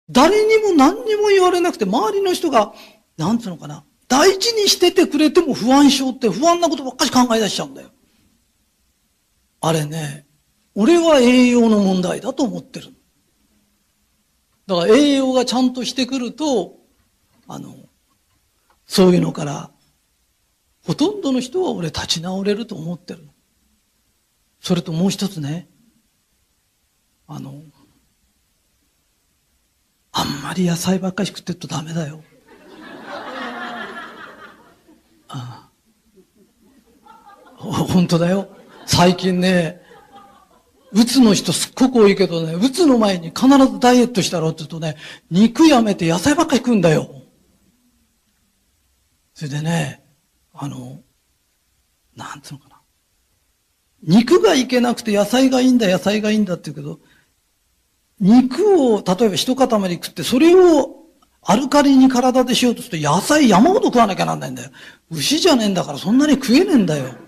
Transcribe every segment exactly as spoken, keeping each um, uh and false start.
誰にも何にも言われなくて、周りの人が、なんつうのかな、大事にしててくれても不安症って不安なことばっかり考え出しちゃうんだよ。あれね、俺は栄養の問題だと思ってる。だから栄養がちゃんとしてくると、あの、そういうのから、ほとんどの人は俺立ち直れると思ってる。それともう一つね、あの、あんまり野菜ばっかり食ってるとダメだよ。ああ、本当だよ。最近ね、うつの人すっごく多いけどね、うつの前に必ずダイエットしたろって言うとね、肉やめて野菜ばっかり食うんだよ。それでね、あの、なんつうのかな。肉がいけなくて野菜がいいんだ、野菜がいいんだって言うけど、肉を例えば一塊食って、それをアルカリに体でしようとすると野菜山ほど食わなきゃなんないんだよ。牛じゃねえんだからそんなに食えねえんだよ。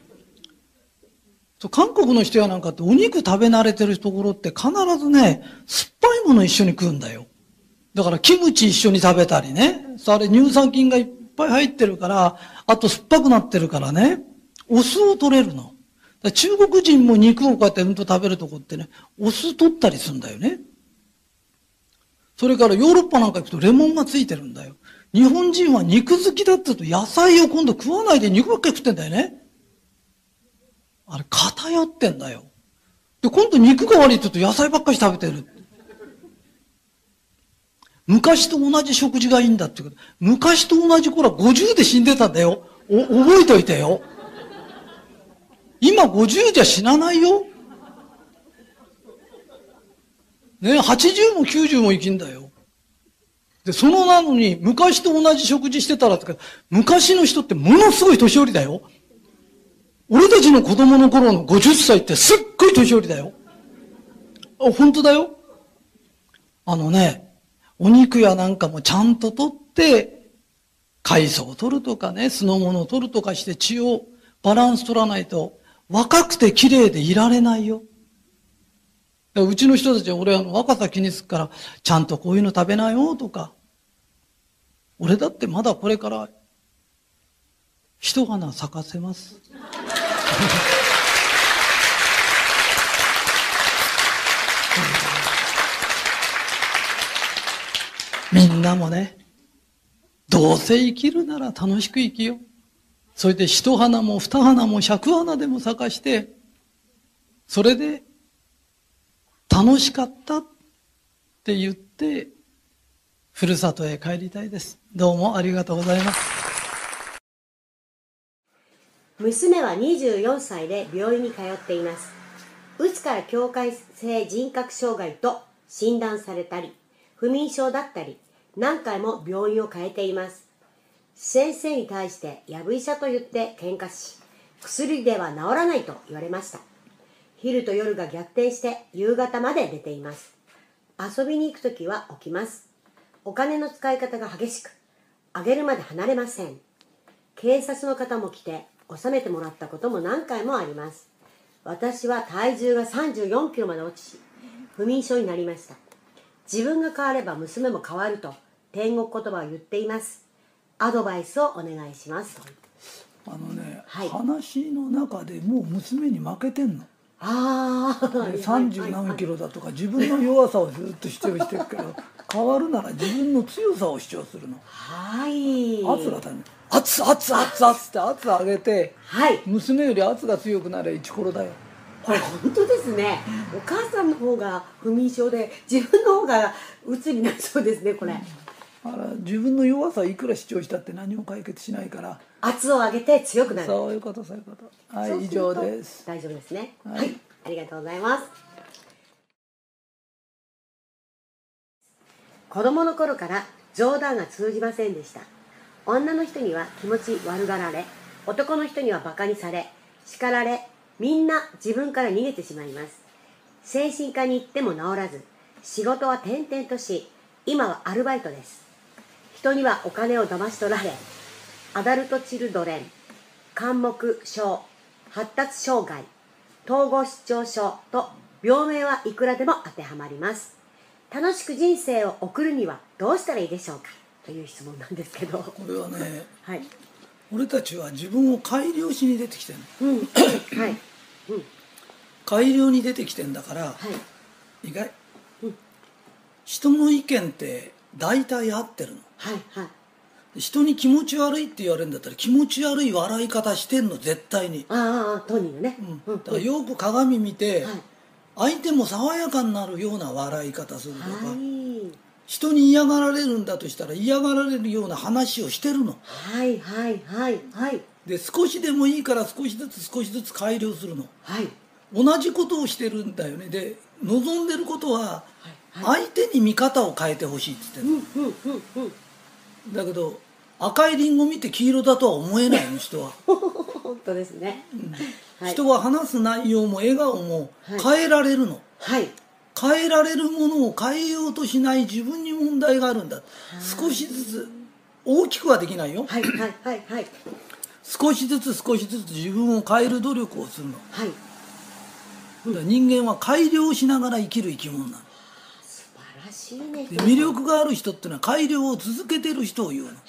韓国の人やなんかってお肉食べ慣れてるところって必ずね、酸っぱいもの一緒に食うんだよ。だからキムチ一緒に食べたりね。あれ乳酸菌がいっぱい入ってるから、あと酸っぱくなってるからね、お酢を取れるの。中国人も肉をこうやってうんと食べるとこってね、お酢取ったりするんだよね。それからヨーロッパなんか行くとレモンがついてるんだよ。日本人は肉好きだって言うと野菜を今度食わないで肉ばっかり食ってんだよね。あれ偏ってんだよ。で、今度肉が悪いって言うと野菜ばっかり食べてる。昔と同じ食事がいいんだって言うけど、昔と同じ頃はごじゅうで死んでたんだよ。お、覚えといてよ。今ごじゅうじゃ死なないよ。ね、はちじゅうもきゅうじゅうも生きんだよ。で、そのなのに、昔と同じ食事してたらってか、昔の人ってものすごい年寄りだよ。俺たちの子供の頃のごじゅっさいってすっごい年寄りだよ。あ、本当だよ。あのね、お肉やなんかもちゃんと取って、海藻を取るとかね、酢の物を取るとかして血をバランス取らないと、若くて綺麗でいられないよ。うちの人たちは俺は若さ気にするから、ちゃんとこういうの食べなよとか。俺だってまだこれから一花咲かせます。みんなもね、どうせ生きるなら楽しく生きよう。それで一花も二花も百花でも咲かして、それで楽しかったって言って、ふるさとへ帰りたいです。どうもありがとうございます。 娘はにじゅうよんさいで病院に通っています。うつから境界性人格障害と診断されたり、不眠症だったり、何回も病院を変えています。先生に対してやぶ医者と言って喧嘩し、薬では治らないと言われました。昼と夜が逆転して夕方まで出ています。遊びに行くときは起きます。お金の使い方が激しく、あげるまで離れません。警察の方も来て収めてもらったことも何回もあります。私は体重がさんじゅうよんキロまで落ち、不眠症になりました。自分が変われば娘も変わると天国言葉を言っています。アドバイスをお願いします。 あのね、 はい、 話の中でもう娘に負けてんの。 ああさんじゅう何キロだとか自分の弱さをずっと主張してるけど、変わるなら自分の強さを主張するの。 はい。 圧が足りない。圧圧圧圧って圧上げて、 はい、 娘より圧が強くなればイチコロだよ。 これ本当ですね。お母さんの方が不眠症で自分の方が鬱になりそうですね、これ。 だから自分の弱さをいくら主張したって何も解決しないから、 圧を上げて強くなる。 そういうことそういうこと。はい、以上です。 大丈夫ですね。 はい、 はい、ありがとうございます。子供の頃から冗談が通じませんでした。女の人には気持ち悪がられ、男の人にはバカにされ、叱られ、みんな自分から逃げてしまいます。精神科に行っても治らず、仕事は転々とし、今はアルバイトです。人にはお金を騙し取られ、アダルトチルドレン、緘黙症、発達障害、統合失調症と病名はいくらでも当てはまります。 楽しく人生を送るにはどうしたらいいでしょうかという質問なんですけど。 これはね、 はい。 俺たちは自分を改良しに出てきてるの。 うん。はい。うん。 改良に出てきてんだから、 はい。 意外、 うん、 人の意見って大体合ってるの。 はいはい。 人に気持ち悪いって言われるんだったら気持ち悪い笑い方してんの、絶対に。 ああ、当人がね。 うん、だからよく鏡見て、 はい、 相手も爽やかになるような笑い方するとか、 はい、 人に嫌がられるんだとしたら嫌がられるような話をしてるの。 はいはいはいはい。 で、少しでもいいから少しずつ少しずつ改良するの。 はい。 同じことをしてるんだよね。で、望んでることは、 はいはい、 相手に見方を変えてほしいって言ってるの。 うんうんうんうん。 だけど赤いリンゴ見て黄色だとは思えないの、人は。 本当ですね、 うん、 はい、 人は話す内容も笑顔も変えられるの、 はい、 変えられるものを変えようとしない自分に問題があるんだ。少しずつ、大きくはできないよ。 はいはいはいはい。 少しずつ少しずつ自分を変える努力をするの。 はい。 だから人間は改良しながら生きる生き物なの。 素晴らしいね。 で、魅力がある人ってのは改良を続けてる人を言うの。 はい。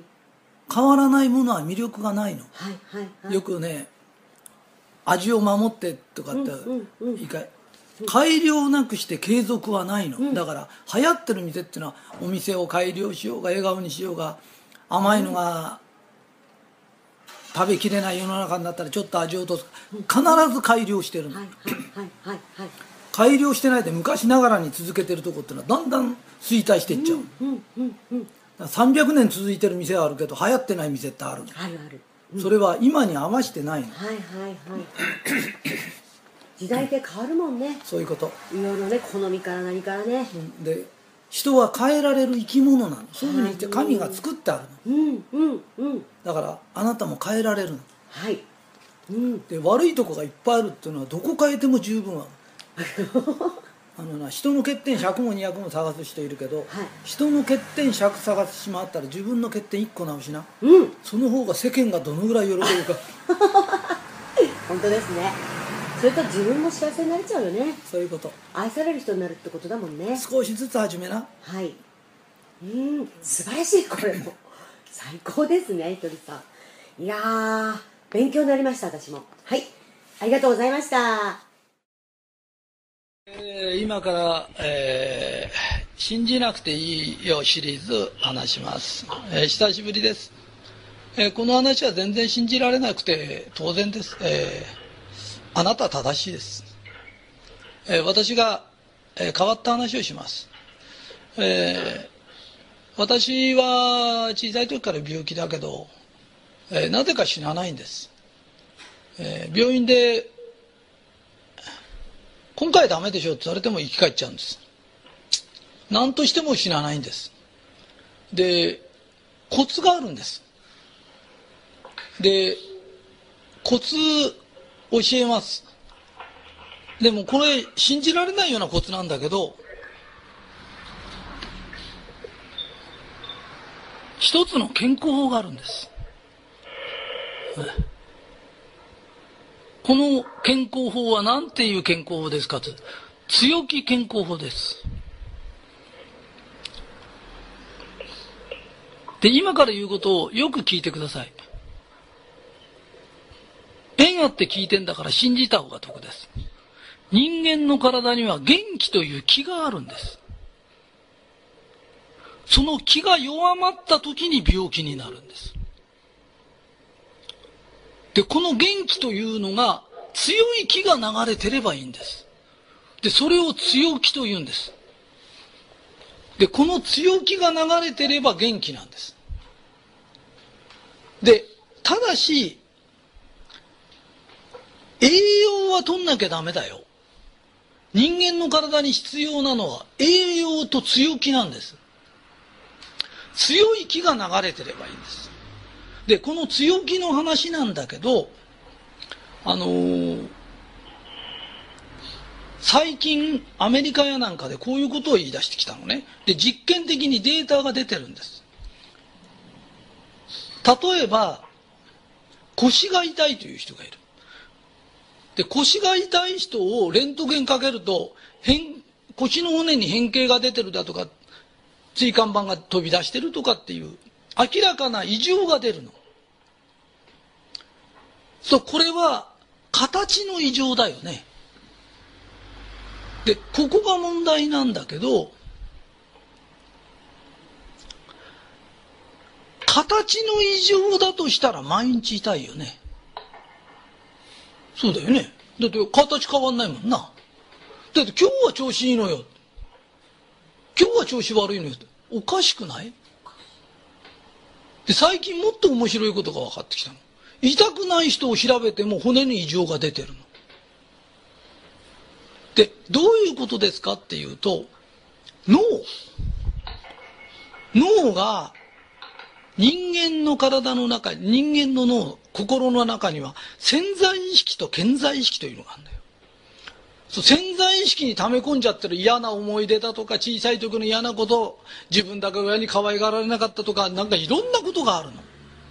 変わらないものは魅力がないの。 はいはいはい。 よくね、味を守ってとかって、 うんうんうん、 いいかい、改良なくして継続はないの、うん、だから流行ってる店っていうのはお店を改良しようが笑顔にしようが甘いのが食べきれない世の中になったらちょっと味を落とす、必ず改良してるの、 はいはいはいはいはい、 改良してないで昔ながらに続けてるとこっていうのはだんだん衰退していっちゃう、 うんうんうんうん、 さんびゃくねん続いてる店はあるけど流行ってない店ってあるの、 あるある、うん、 それは今に合わせてないの。 はいはいはい時代って変わるもんね。 そういうこと。 いろいろね、好みから何からね、 うん、で人は変えられる生き物なの。そういうふうに言って神が作ってあるの、 うんうんうん、 だからあなたも変えられるの。 はい、うん、 で悪いとこがいっぱいあるっていうのはどこ変えても十分あるあのな、人の欠点ひゃくもにひゃくも探す人いるけど、はい、人の欠点ひゃく探してしまったら自分の欠点いっこ直しな、うん、その方が世間がどのぐらい喜ぶか本当ですね。それと自分も幸せになれちゃうよね。 そういうこと。 愛される人になるってことだもんね。 少しずつ始めな。 はい。うん、素晴らしい。これも最高ですね、ひとりさん。いやー、勉強になりました、私も。はい、ありがとうございました。 えー、今から、えー、信じなくていいよシリーズ話します。えー、久しぶりです。えー、この話は全然信じられなくて当然です。えーあなたは正しいです。えー、私が、えー、変わった話をします。えー、私は小さい時から病気だけど、えー、なぜか死なないんです。えー、病院で今回ダメでしょって言われても生き返っちゃうんです。何としても死なないんです。で、コツがあるんです。で、コツ教えます。でもこれ信じられないようなコツなんだけど、一つの健康法があるんです。この健康法は何ていう健康法ですかと、強気健康法です。で、今から言うことをよく聞いてください。縁あって聞いてんだから信じた方が得です。人間の体には元気という気があるんです。その気が弱まった時に病気になるんです。で、この元気というのが強い気が流れてればいいんです。で、それを強気と言うんです。で、この強気が流れてれば元気なんです。で、ただし、栄養は取んなきゃダメだよ。人間の体に必要なのは栄養と強気なんです。強い気が流れてればいいんです。で、この強気の話なんだけど、あのー、最近アメリカやなんかでこういうことを言い出してきたのね。で、実験的にデータが出てるんです。例えば、腰が痛いという人がいる。で、腰が痛い人をレントゲンかけると、変腰の骨に変形が出てるだとか、椎間板が飛び出してるとかっていう、明らかな異常が出るの。そう、これは、形の異常だよね。で、ここが問題なんだけど、形の異常だとしたら毎日痛いよね。そうだよね。だって形変わんないもんな。だって今日は調子いいのよ。今日は調子悪いのよって。おかしくない？で、最近もっと面白いことが分かってきたの。痛くない人を調べても骨に異常が出てるの。で、どういうことですかっていうと、脳。脳が人間の体の中に、人間の脳、心の中には潜在意識と顕在意識というのがあるんだよ。そう、潜在意識に溜め込んじゃってる嫌な思い出だとか、小さい時の嫌なこと、自分だけ親に可愛がられなかったとか、なんかいろんなことがあるの。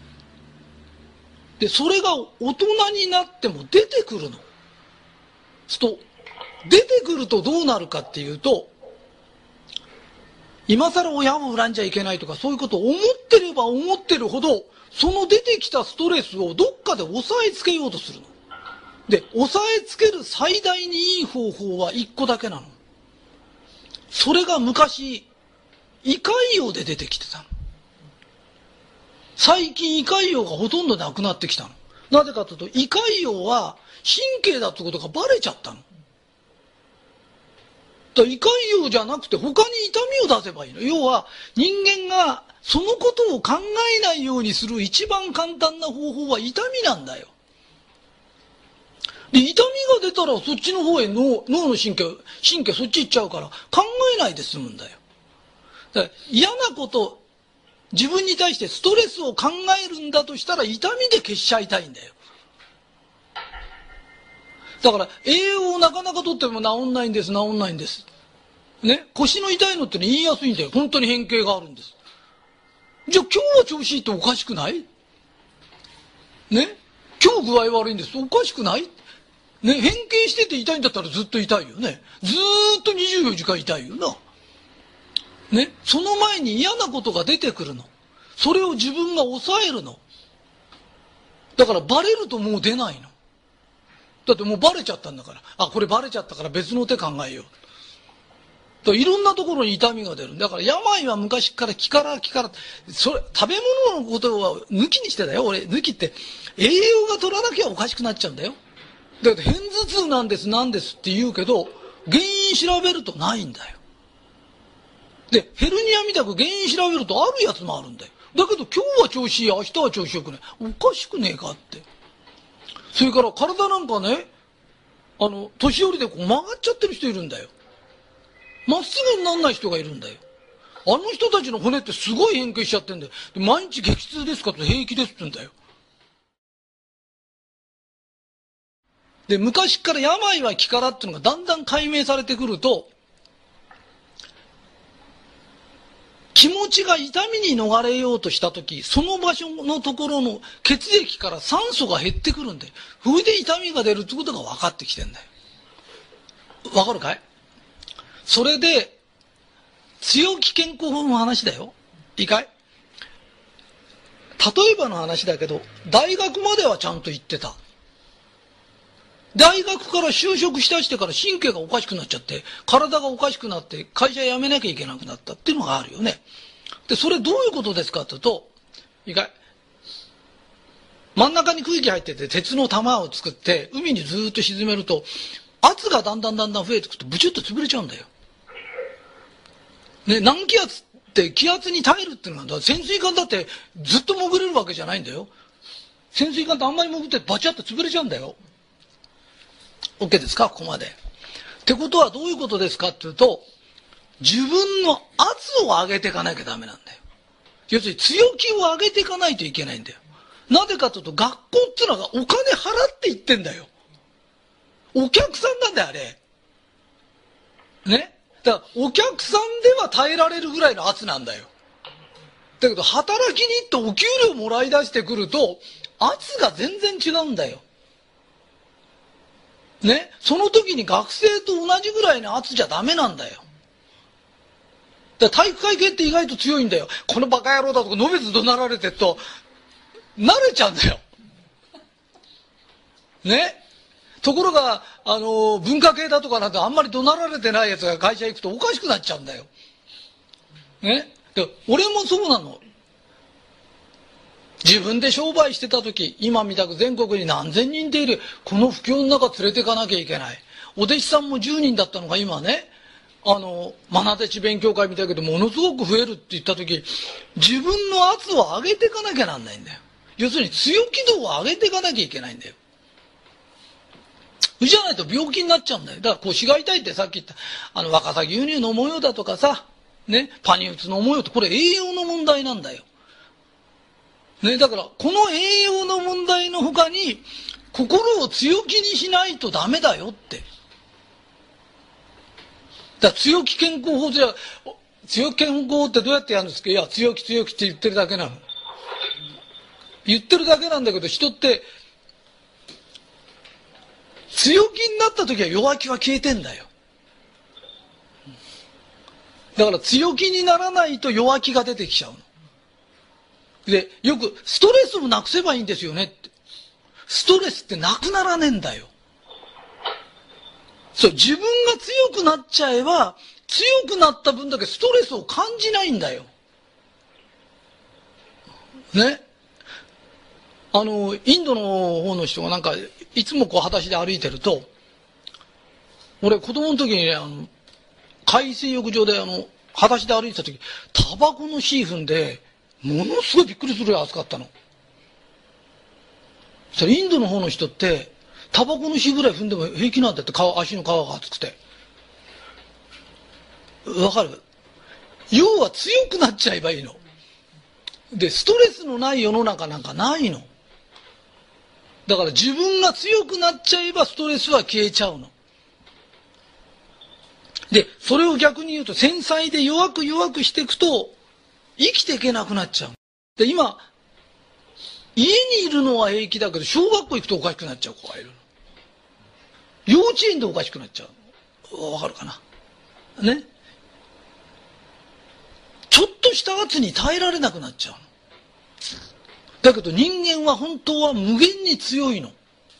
で、それが大人になっても出てくるの。すと、出てくるとどうなるかっていうと、今更親を恨んじゃいけないとか、そういうことを思ってれば思ってるほど、その出てきたストレスをどっかで抑えつけようとするの。で、抑えつける最大にいい方法は一個だけなの。それが昔、胃潰瘍で出てきてたの。最近胃潰瘍がほとんどなくなってきたの。なぜかというと、胃潰瘍は神経だってことがバレちゃったの。だから胃潰瘍じゃなくて他に痛みを出せばいいの。要は人間がそのことを考えないようにする一番簡単な方法は痛みなんだよ。で、痛みが出たらそっちの方へ脳、脳の神経、神経そっち行っちゃうから考えないで済むんだよ。だから嫌なこと、自分に対してストレスを考えるんだとしたら痛みで消しちゃいたいんだよ。だから栄養をなかなかとっても治んないんです、治んないんです。ね、腰の痛いのって、ね、言いやすいんだよ。本当に変形があるんです。じゃあ今日は調子いいっておかしくない？ね、今日具合悪いんです。おかしくない？ね、変形してて痛いんだったらずっと痛いよね。ずーっとにじゅうよじかん痛いよな。ね、その前に嫌なことが出てくるの。それを自分が抑えるの。だからバレるともう出ないの。だってもうバレちゃったんだから。あ、これバレちゃったから別の手考えよう。だいろんなところに痛みが出る。だから病は昔から気から気から、それ、食べ物のことは抜きにしてだよ。俺、抜きって栄養が取らなきゃおかしくなっちゃうんだよ。だって片頭痛なんですなんですって言うけど、原因調べるとないんだよ。で、ヘルニアみたく原因調べるとあるやつもあるんだよ。だけど今日は調子いい、明日は調子よくない。おかしくねえかって。それから体なんかね、あの、年寄りでこう曲がっちゃってる人いるんだよ。まっすぐになんない人がいるんだよ。あの人たちの骨ってすごい変形しちゃってんだよ。で毎日激痛ですかって平気ですって言うんだよ。で、昔から病は気からっていうのがだんだん解明されてくると、気持ちが痛みに逃れようとしたとき、その場所のところの血液から酸素が減ってくるんで、それで痛みが出るってことが分かってきてんだよ。わかるかい？それで、強気健康法の話だよ。いいかい？例えばの話だけど、大学まではちゃんと行ってた。大学から就職しだしてから神経がおかしくなっちゃって、体がおかしくなって会社辞めなきゃいけなくなったっていうのがあるよね。で、それどういうことですかって言うと、いいかい？真ん中に空気入ってて鉄の玉を作って海にずーっと沈めると、圧がだんだんだんだん増えてくるとブチュッと潰れちゃうんだよ。ね、難気圧って気圧に耐えるっていうのは、潜水艦だってずっと潜れるわけじゃないんだよ。潜水艦ってあんまり潜ってバチャッと潰れちゃうんだよ。OK ですか？ここまで。ってことはどういうことですかっていうと、自分の圧を上げていかなきゃダメなんだよ。要するに強気を上げていかないといけないんだよ。なぜかというと、学校っていうのがお金払っていってんだよ。お客さんなんだよ、あれ。ね。だからお客さんでは耐えられるぐらいの圧なんだよ。だけど働きに行ってお給料もらい出してくると圧が全然違うんだよ。 ね、その時に学生と同じぐらいの圧じゃダメなんだよ。だから体育会系って意外と強いんだよ。このバカ野郎だとか、のべつ怒鳴られてると、慣れちゃうんだよ。ね。ところが、あの、文化系だとかなんてあんまり怒鳴られてないやつが会社行くとおかしくなっちゃうんだよ。ね。で、俺もそうなの。自分で商売してた時、今みたく全国に何千人っている、この不況の中連れてかなきゃいけない。お弟子さんもじゅうにんだったのが今ね、あの、まな弟子勉強会みたいだけど、ものすごく増えるって言った時、自分の圧を上げていかなきゃなんないんだよ。要するに強気度を上げていかなきゃいけないんだよ。じゃないと病気になっちゃうんだよ。だから腰が痛いってさっき言った、あの、ワカサギ牛乳飲もうよだとかさ、ね、パニウツ飲もうよって、これ栄養の問題なんだよ。ね、だから、この栄養の問題の他に、心を強気にしないとダメだよって。だから強気健康法じゃ、強気健康法ってどうやってやるんですか？いや、強気強気って言ってるだけなの。言ってるだけなんだけど、人って、強気になった時は弱気は消えてんだよ。だから強気にならないと弱気が出てきちゃうの。で、よくストレスもなくせばいいんですよねって。ストレスってなくならねえんだよ。そう、自分が強くなっちゃえば、強くなった分だけストレスを感じないんだよ。ね。あの、インドの方の人がなんか、いつもこう裸足で歩いてると、俺子供の時にね、あの、海水浴場であの、裸足で歩いてた時、タバコの火踏んで、ものすごいびっくりするぐらい暑かったの。それインドの方の人って、タバコの火ぐらい踏んでも平気なんだって、皮、足の皮が熱くて。わかる？要は強くなっちゃえばいいの。で、ストレスのない世の中なんかないの。だから自分が強くなっちゃえばストレスは消えちゃうの。で、それを逆に言うと繊細で弱く弱くしていくと生きていけなくなっちゃう。で、今、家にいるのは平気だけど小学校行くとおかしくなっちゃう子がいるの。幼稚園でおかしくなっちゃう。わかるかな？ね。ちょっとした圧に耐えられなくなっちゃうの。だけど人間は本当は無限に強いの。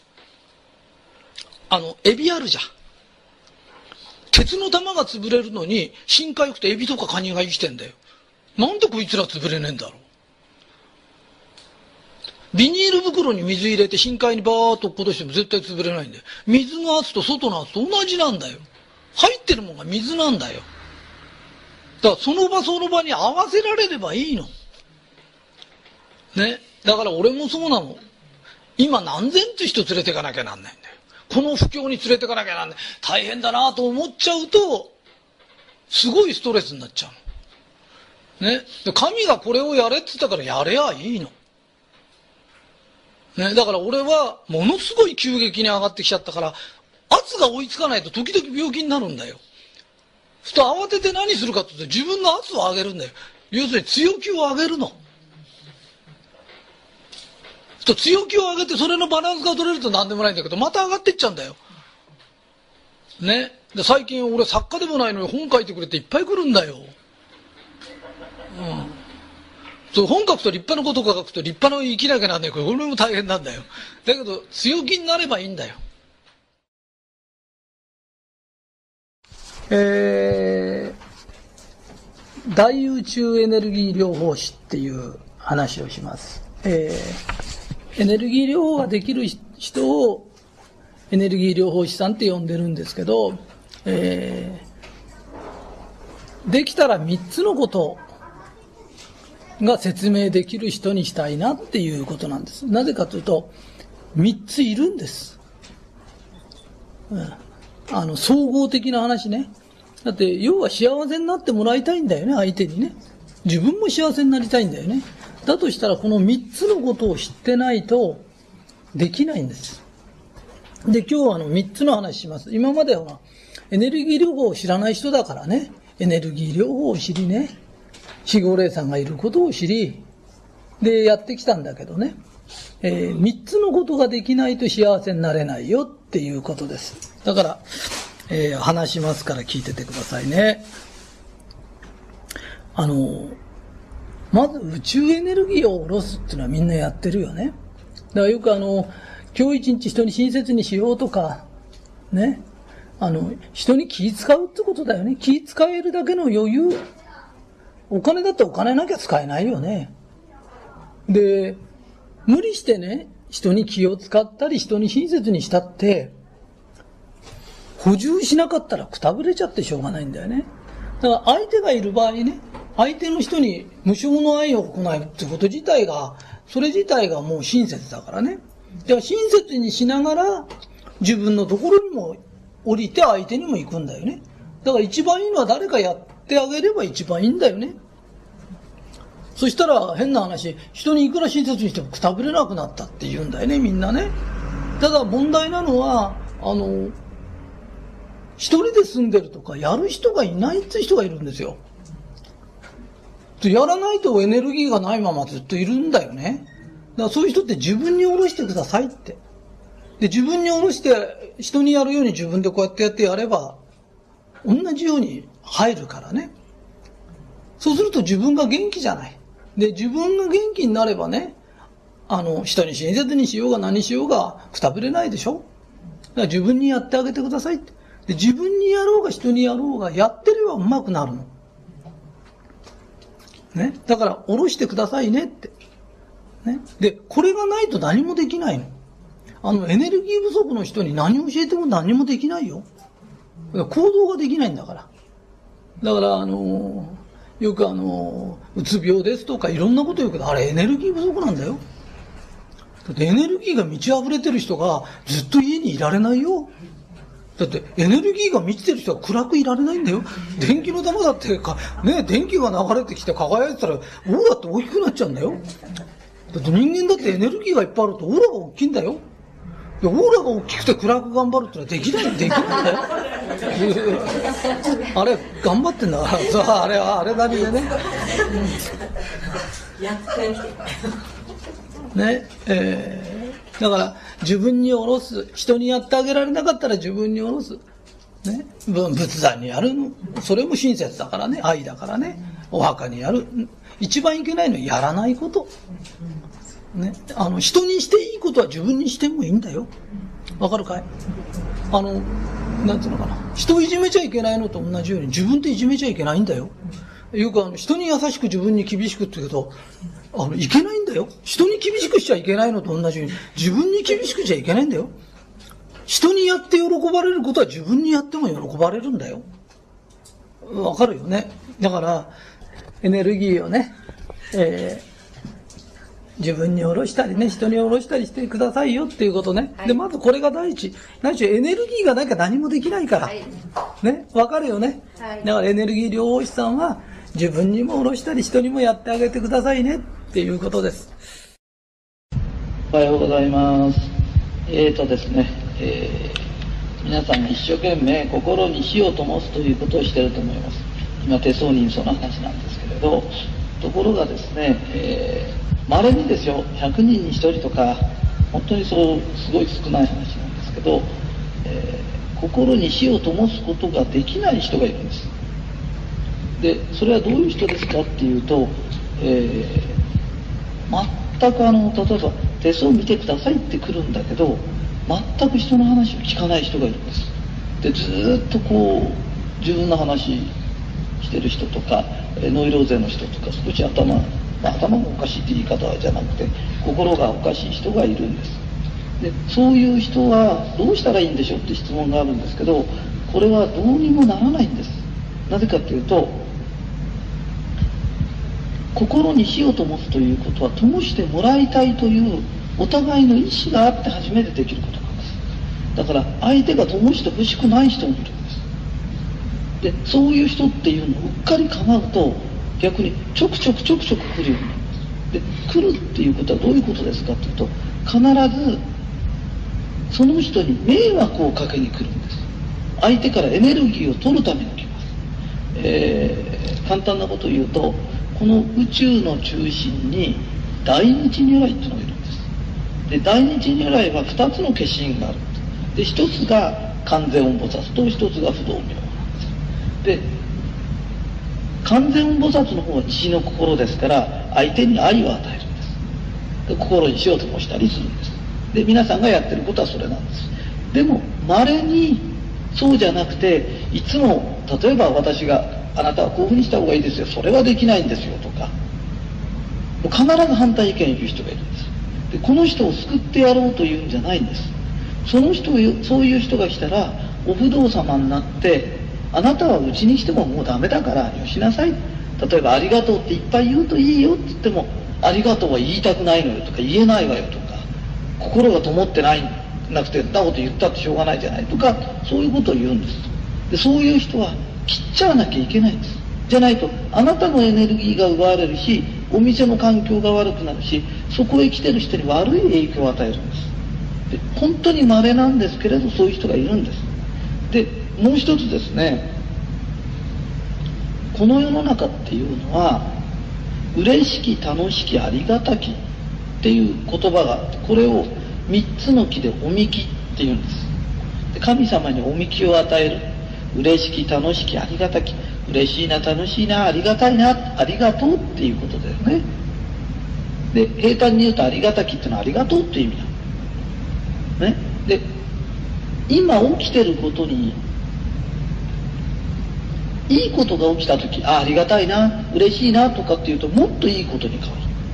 あの、エビあるじゃん。鉄の玉が潰れるのに深海行くとエビとかカニが生きてんだよ。なんでこいつら潰れねえんだろう。ビニール袋に水入れて深海にバーッと落っことしても絶対潰れないんだよ。水の圧と外の圧と同じなんだよ。入ってるものが水なんだよ。だからその場その場に合わせられればいいの。ね。だから俺もそうなの。今何千って人連れてかなきゃなんないんだよ。この不況に連れてかなきゃなんない。大変だなと思っちゃうと、すごいストレスになっちゃうの。ね。で神がこれをやれって言ったからやれやいいの。ね。だから俺はものすごい急激に上がってきちゃったから、圧が追いつかないと時々病気になるんだよ。すると慌てて何するかって言うと自分の圧を上げるんだよ。要するに強気を上げるの。と強気を上げてそれのバランスが取れると何でもないんだけど、また上がっていっちゃうんだよ。ね。で最近俺作家でもないのに本書いてくれっていっぱい来るんだよ。うん。そう、本書くと立派なこと書くと立派な生きなきゃなんないから、これも大変なんだよ。だけど強気になればいいんだよ。えー、大宇宙エネルギー療法士っていう話をします。えー、エネルギー療法ができる人をエネルギー療法士さんって呼んでるんですけど、えー、できたらみっつのことが説明できる人にしたいなっていうことなんです。なぜかというとみっついるんです、うん、あの総合的な話ね。だって要は幸せになってもらいたいんだよね、相手にね。自分も幸せになりたいんだよね。だとしたらこのみっつのことを知ってないとできないんです。で、今日はあのみっつの話します。今まではエネルギー療法を知らない人だからね、エネルギー療法を知りね、守護霊さんがいることを知り、でやってきたんだけどね、えー、みっつのことができないと幸せになれないよっていうことです。だから、えー、話しますから聞いててくださいね。あの、まず宇宙エネルギーを下ろすっていうのはみんなやってるよね。だからよくあの、今日一日人に親切にしようとか、ね。あの、人に気使うってことだよね。気使えるだけの余裕。お金だってお金なきゃ使えないよね。で、無理してね、人に気を使ったり人に親切にしたって、補充しなかったらくたぶれちゃってしょうがないんだよね。だから相手がいる場合ね、相手の人に無償の愛を行うってこと自体が、それ自体がもう親切だからね。だから親切にしながら自分のところにも降りて相手にも行くんだよね。だから一番いいのは誰かやってあげれば一番いいんだよね。そしたら変な話、人にいくら親切にしてもくたぶれなくなったって言うんだよね、みんなね。ただ問題なのは、あの、一人で住んでるとかやる人がいないって人がいるんですよ。やらないとエネルギーがないままずっといるんだよね。だからそういう人って自分に下ろしてくださいって。で、自分に下ろして人にやるように自分でこうやってやってやれば、同じように入るからね。そうすると自分が元気じゃない。で、自分が元気になればね、あの、人に親切にしようが何しようがくたびれないでしょ。だから自分にやってあげてくださいって。で、自分にやろうが人にやろうがやってればうまくなるの。ね。だから、下ろしてくださいねって。ね。で、これがないと何もできないの。あの、エネルギー不足の人に何を教えても何もできないよ。行動ができないんだから。だから、あのー、よくあのー、うつ病ですとかいろんなこと言うけど、あれエネルギー不足なんだよ。だってエネルギーが満ち溢れてる人がずっと家にいられないよ。だってエネルギーが満ちてる人は暗くいられないんだよ。電気の玉だってか、ね、電気が流れてきて輝いてたら、オーラって大きくなっちゃうんだよ。だって人間だってエネルギーがいっぱいあるとオーラが大きいんだよ。でオーラが大きくて暗く頑張るってのはできない、できないんだよ。あれ、頑張ってんだからさ、あれはあれなりでね。ね、えー、だから自分に下ろす、人にやってあげられなかったら自分に下ろす。ね、仏壇にやるの。それも親切だからね、愛だからね。お墓にやる。一番いけないのはやらないこと。ね、あの人にしていいことは自分にしてもいいんだよ。わかるかい？あのなんていうのかな、人をいじめちゃいけないのと同じように自分っていじめちゃいけないんだよ。よくあの人に優しく自分に厳しくって言うけど、あのいけないんだよ。人に厳しくしちゃいけないのと同じように自分に厳しくしちゃいけないんだよ。人にやって喜ばれることは自分にやっても喜ばれるんだよ。わかるよね。だからエネルギーをね、えー自分に下ろしたりね、人に下ろしたりしてくださいよっていうことね。はい、で、まずこれが第一。何しろエネルギーがなきゃ何もできないから。はい、ね、わかるよね。はい、だからエネルギー療法士さんは自分にも下ろしたり人にもやってあげてくださいねっていうことです。 おはようございます。えーとですね、えー、皆さんが一生懸命心に火を灯すということをしていると思います。今、手相人相の話なんですけれど、ところがですね、えー稀にですよ、ひゃくにんにひとりとか本当にそうすごい少ない話なんですけど、えー、心に火を灯すことができない人がいるんです。でそれはどういう人ですかっていうと、えー、全くあの例えば手相を見てくださいって来るんだけど全く人の話を聞かない人がいるんです。でずっとこう自分の話してる人とかノイローゼの人とか少し頭まあ、頭がおかしいって言い方じゃなくて心がおかしい人がいるんです。でそういう人はどうしたらいいんでしょうって質問があるんですけど、これはどうにもならないんです。なぜかというと、心に火を灯すということは灯してもらいたいというお互いの意思があって初めてできることなんです。だから相手が灯してほしくない人もいるんです。でそういう人っていうのをうっかり構うと逆にちょくちょくちょくちょく来るようになります。で来るっていうことはどういうことですかというと、必ずその人に迷惑をかけに来るんです。相手からエネルギーを取るために来ます。えー、簡単なことを言うと、この宇宙の中心に大日如来っていうのがいるんです。で大日如来はふたつの化身がある。 で一つが完全音菩薩と一つが不動明王なんです。で完全音菩薩の方は慈悲の心ですから相手に愛を与えるんです。で心に火を灯したりするんです。で皆さんがやってることはそれなんです。でも稀にそうじゃなくて、いつも例えば私があなたはこういうふうにした方がいいですよ、それはできないんですよとか、もう必ず反対意見を言う人がいるんです。でこの人を救ってやろうというんじゃないんです。その人をそういう人が来たらお不動様になって、あなたはうちにしてももうダメだからよしなさい。例えばありがとうっていっぱい言うといいよって言っても、ありがとうは言いたくないのよとか、言えないわよとか、心が灯ってないなくてんなこと言ったってしょうがないじゃないとか、そういうことを言うんです。でそういう人は切っちゃわなきゃいけないんです。じゃないとあなたのエネルギーが奪われるし、お店の環境が悪くなるし、そこへ来てる人に悪い影響を与えるんです。で本当に稀なんですけれど、そういう人がいるんです。でもう一つですね、この世の中っていうのは嬉しき楽しきありがたきっていう言葉があって、これを三つの木でおみきっていうんです。で神様におみきを与える。嬉しき楽しきありがたき、嬉しいな楽しいなありがたいなありがとうっていうことだよね。で平坦に言うとありがたきっていうのはありがとうっていう意味だ、ね、で今起きてることにいいことが起きた時、あありがたいな嬉しいなとかっていうと、もっといいことに変わ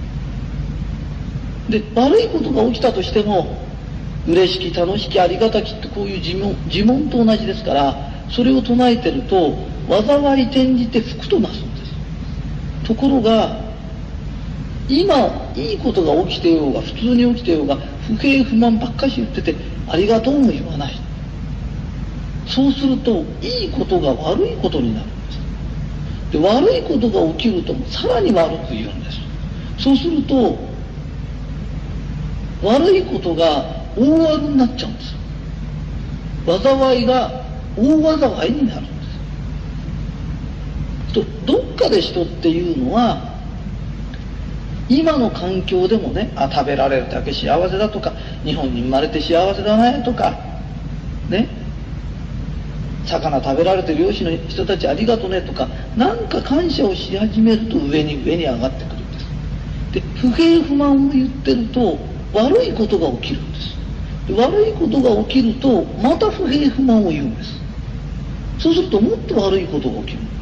る。で悪いことが起きたとしても、嬉しき楽しきありがたきってこういう呪文、呪文と同じですから、それを唱えてると災い転じて福となすんです。ところが今いいことが起きてようが普通に起きてようが、不平不満ばっかし言っててありがとうも言わない。そうするといいことが悪いことになるんです。で悪いことが起きるとさらに悪く言うんです。そうすると悪いことが大悪になっちゃうんです。災いが大災いになるんです。とどっかで人っていうのは今の環境でもね、あ食べられるだけ幸せだとか、日本に生まれて幸せだねとかね、魚食べられてる漁師の人たちありがとねとか、なんか感謝をし始めると上に上に上がってくるんです。で不平不満を言ってると悪いことが起きるんです。で悪いことが起きるとまた不平不満を言うんです。そうするともっと悪いことが起きるんです。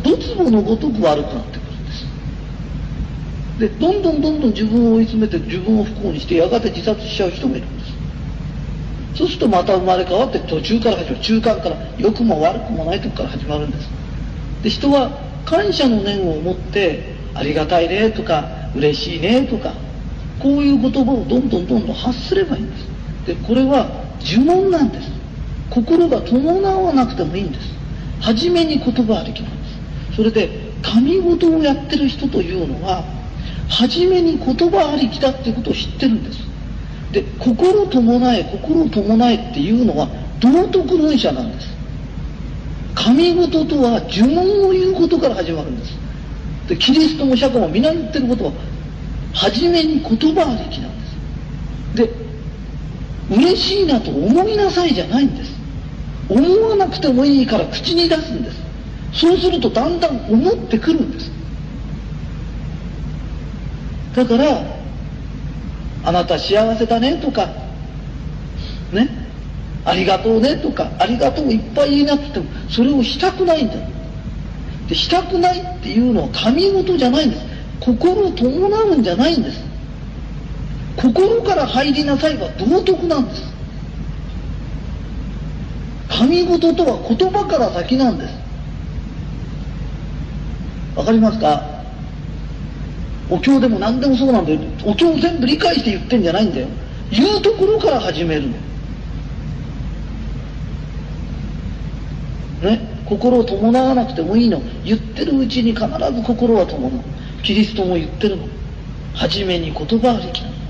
ドツボのごとく悪くなってくるんです。でどんどんどんどん自分を追い詰めて自分を不幸にして、やがて自殺しちゃう人もいるんです。そうするとまた生まれ変わって途中から始まる、中間から良くも悪くもないとこから始まるんです。で人は感謝の念を持ってありがたいねとか嬉しいねとか、こういう言葉をどんどんどんどん発すればいいんです。でこれは呪文なんです。心が伴わなくてもいいんです。初めに言葉ありきなんです。それで神事をやってる人というのは初めに言葉ありきだっていうことを知ってるんです。で心伴え心伴えっていうのは道徳論者なんです。神事とは呪文を言うことから始まるんです。でキリストも釈迦も皆言ってることは初めに言葉ありきなんです。で嬉しいなと思いなさいじゃないんです。思わなくてもいいから口に出すんです。そうするとだんだん思ってくるんです。だからあなた幸せだねとかね、ありがとうねとか、ありがとういっぱい言いなくてもそれをしたくないんだ。でしたくないっていうのは神事じゃないんです。心を伴うんじゃないんです。心から入りなさいは道徳なんです。神事とは言葉から先なんです。わかりますか？お経でも何でもそうなんだよ。お経を全部理解して言ってんじゃないんだよ。言うところから始めるのね。心を伴わなくてもいいの。言ってるうちに必ず心は伴う。キリストも言ってるの。初めに言葉ありきなの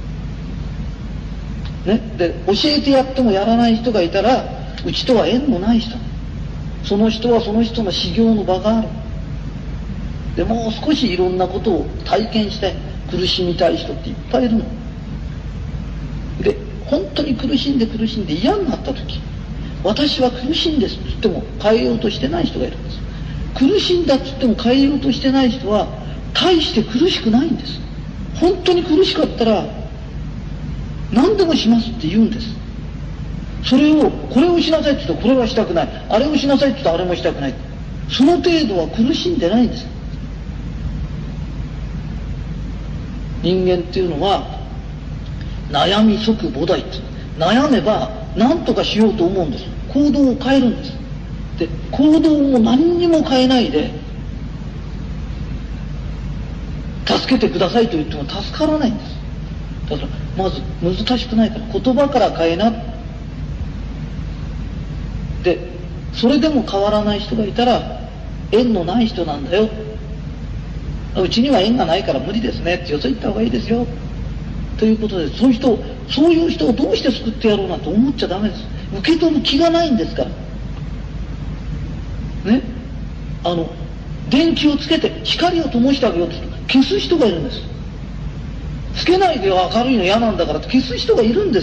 ね。で教えてやってもやらない人がいたら、うちとは縁のない人、その人はその人の修行の場がある。でもう少しいろんなことを体験して苦しみたい人っていっぱいいるので、 本当に苦しんで苦しんで嫌になった時、私は苦しいんですって言っても変えようとしてない人がいるんです。苦しんだって言っても変えようとしてない人は大して苦しくないんです。本当に苦しかったら何でもしますって言うんです。それをこれをしなさいって言うとこれはしたくない、あれをしなさいって言うとあれもしたくない、その程度は苦しんでないんです。人間っていうのは悩み即菩提って、悩めば何とかしようと思うんです。行動を変えるんです。で行動も何にも変えないで助けてくださいと言っても助からないんです。だからまず難しくないから言葉から変えな。でそれでも変わらない人がいたら縁のない人なんだよ、うちには縁がないから無理ですねってよそ行った方がいいですよということで、そういう人そういう人をどうして救ってやろうなんて思っちゃダメです。受け取る気がないんですからね。あの電気をつけて光を灯してあげようとすると消す人がいるんです。つけないで明るいの嫌なんだからって消す人がいるんです。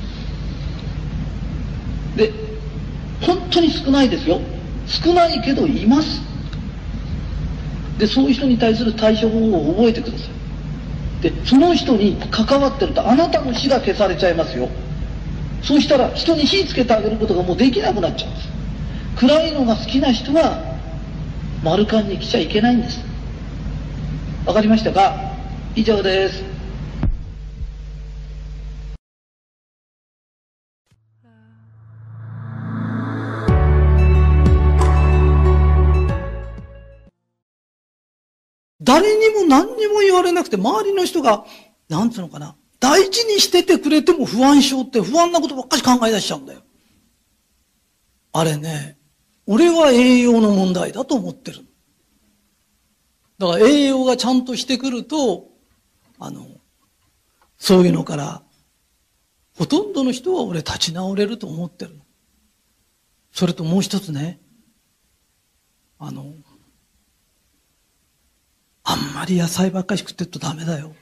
で本当に少ないですよ。少ないけどいます。でそういう人に対する対処法を覚えてください。でその人に関わってるとあなたの死が消されちゃいますよ。そうしたら人に火つけてあげることがもうできなくなっちゃうんです。暗いのが好きな人は丸カンに来ちゃいけないんです。わかりましたか？以上です。 誰にも何にも言われなくて、周りの人が、なんつうのかな、大事にしててくれても不安症って不安なことばっかり考え出しちゃうんだよ。あれね、俺は栄養の問題だと思ってる。だから栄養がちゃんとしてくると、あの、そういうのから、ほとんどの人は俺立ち直れると思ってる。それともう一つね、あの、あんまり野菜ばっかり食ってるとダメだよ。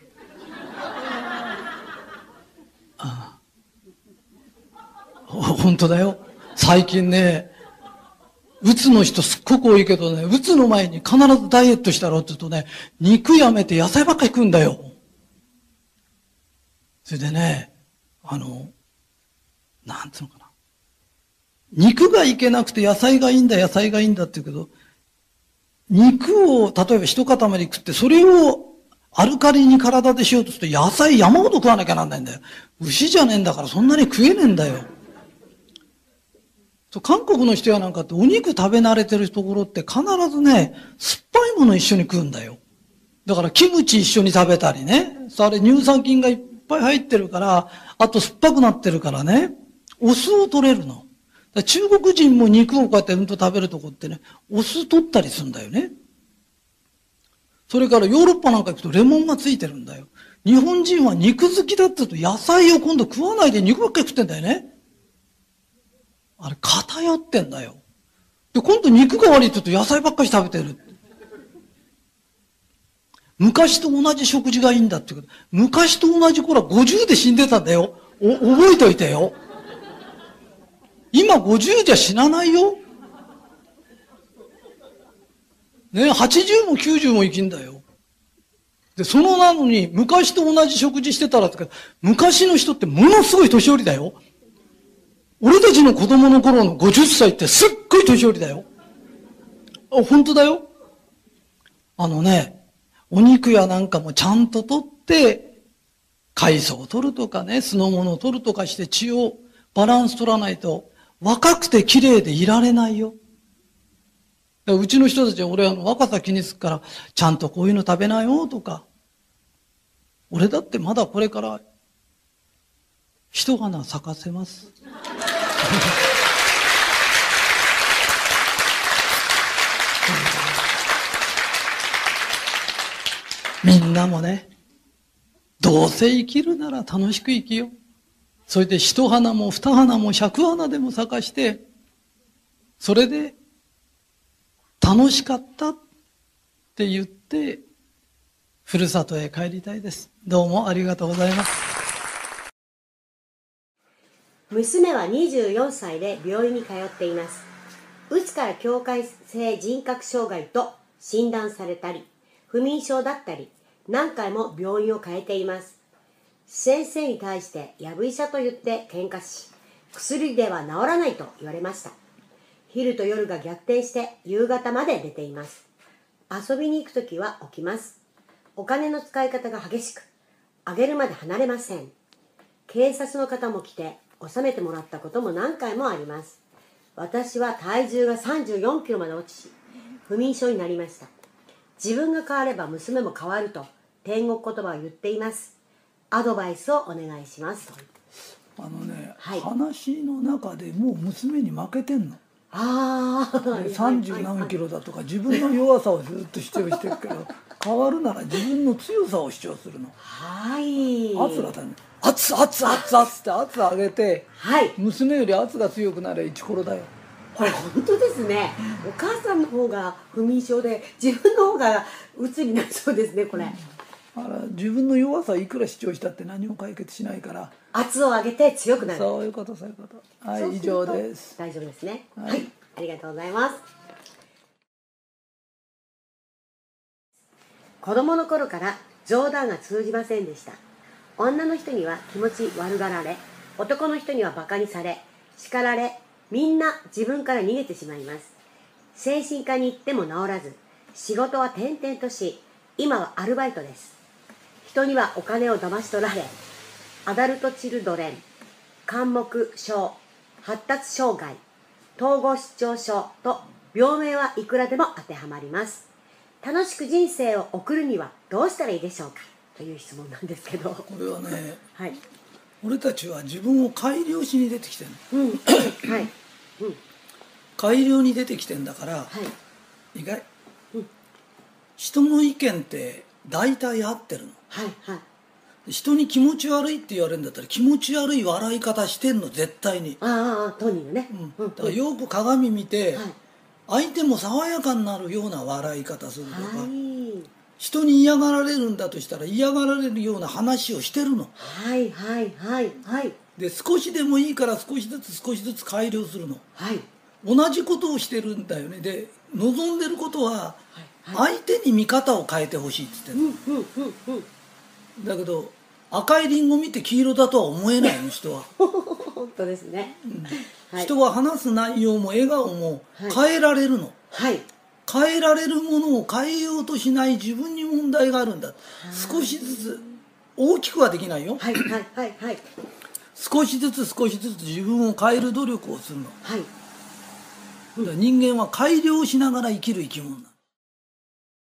ああ、本当だよ。最近ね、うつの人すっごく多いけどね、うつの前に必ずダイエットしたろって言うとね、肉やめて野菜ばっかり食うんだよ。それでね、あの、なんつうのかな。肉がいけなくて野菜がいいんだ、野菜がいいんだって言うけど、肉を例えば一塊食って、それをアルカリに体でしようとすると野菜山ほど食わなきゃなんないんだよ。牛じゃねえんだからそんなに食えねえんだよ。韓国の人やなんかってお肉食べ慣れてるところって必ずね、酸っぱいもの一緒に食うんだよ。だからキムチ一緒に食べたりね。あれ乳酸菌がいっぱい入ってるから、あと酸っぱくなってるからね、お酢を取れるの。中国人も肉をこうやってうんと食べるとこってね、お酢取ったりするんだよね。それからヨーロッパなんか行くとレモンがついてるんだよ。日本人は肉好きだって言うと野菜を今度食わないで肉ばっかり食ってんだよね。あれ偏ってんだよ。で、今度肉が悪いって言うと野菜ばっかり食べてる。昔と同じ食事がいいんだって言うけど、昔と同じ頃はごじゅうで死んでたんだよ。お、覚えといてよ。今ごじゅうじゃ死なないよ。ね、はちじゅうもきゅうじゅうも生きんだよ。で、そのなのに、昔と同じ食事してたらって、昔の人ってものすごい年寄りだよ。俺たちの子供の頃のごじゅっさいってすっごい年寄りだよ。あ、本当だよ。あのね、お肉やなんかもちゃんと取って、海藻を取るとかね、酢の物を取るとかして血をバランス取らないと、若くて綺麗でいられないよ。うちの人たちは俺は若さ気にするから、ちゃんとこういうの食べなよとか。俺だってまだこれから一花咲かせます。みんなもね、どうせ生きるなら楽しく生きよう。それで一花も二花も百花でも咲かして、それで楽しかったって言って、ふるさとへ帰りたいです。どうもありがとうございます。 娘はにじゅうよんさいで病院に通っています。うつから境界性人格障害と診断されたり、不眠症だったり、何回も病院を変えています。先生に対してやぶ医者と言って喧嘩し、薬では治らないと言われました。昼と夜が逆転して夕方まで寝ています。遊びに行くときは起きます。お金の使い方が激しく、あげるまで離れません。警察の方も来て収めてもらったことも何回もあります。私は体重がさんじゅうよんキロまで落ちし、不眠症になりました。自分が変われば娘も変わると天国言葉を言っています。アドバイスをお願いします。 あのね、 はい、 話の中でもう娘に負けてんの。 ああ、 さんじゅう何キロだとか自分の弱さをずっと主張してるけど、変わるなら自分の強さを主張するの。 はい。 圧が足りない。圧圧圧圧って圧上げて、 はい、 娘より圧が強くなればイチコロだよ。 これ本当ですね。お母さんの方が不眠症で自分の方が鬱になりそうですね、これ。 あら、自分の弱さをいくら主張したって何も解決しないから、 圧を上げて強くなる。 そういうことそういうこと。はい、以上です。 大丈夫ですね。 はい、 はい、ありがとうございます。子供の頃から冗談が通じませんでした。女の人には気持ち悪がられ、男の人にはバカにされ、叱られ、みんな自分から逃げてしまいます。精神科に行っても治らず、仕事は転々とし、今はアルバイトです。人にはお金を騙し取られ、アダルトチルドレン、緘黙症、発達障害、統合失調症と病名はいくらでも当てはまります。楽しく人生を送るにはどうしたらいいでしょうかという質問なんですけど、 これはね、 はい、 俺たちは自分を改良しに出てきてるの、 うんはいうん、 改良に出てきてんだから、 はい、 意外、 うん、 人の意見って大体合ってるの、 はいはい、 人に気持ち悪いって言われるんだったら気持ち悪い笑い方してんの絶対に。 ああ当人がね、 うん、だからよく鏡見て、 はい、 相手も爽やかになるような笑い方するとか、 はい、 人に嫌がられるんだとしたら嫌がられるような話をしてるの。 はいはいはいはい。 で少しでもいいから少しずつ少しずつ改良するの。 はい。 同じことをしてるんだよね。で望んでることは、はいはい、相手に見方を変えてほしいって言ってるの、うんうんうんうん、だけど赤いリンゴ見て黄色だとは思えないの人は本当ですね、うんはい、人は話す内容も笑顔も変えられるの、はい、変えられるものを変えようとしない自分に問題があるんだ。少しずつ大きくはできないよ、はいはいはいはい、少しずつ少しずつ自分を変える努力をするの、はい、だから人間は改良しながら生きる生き物だ。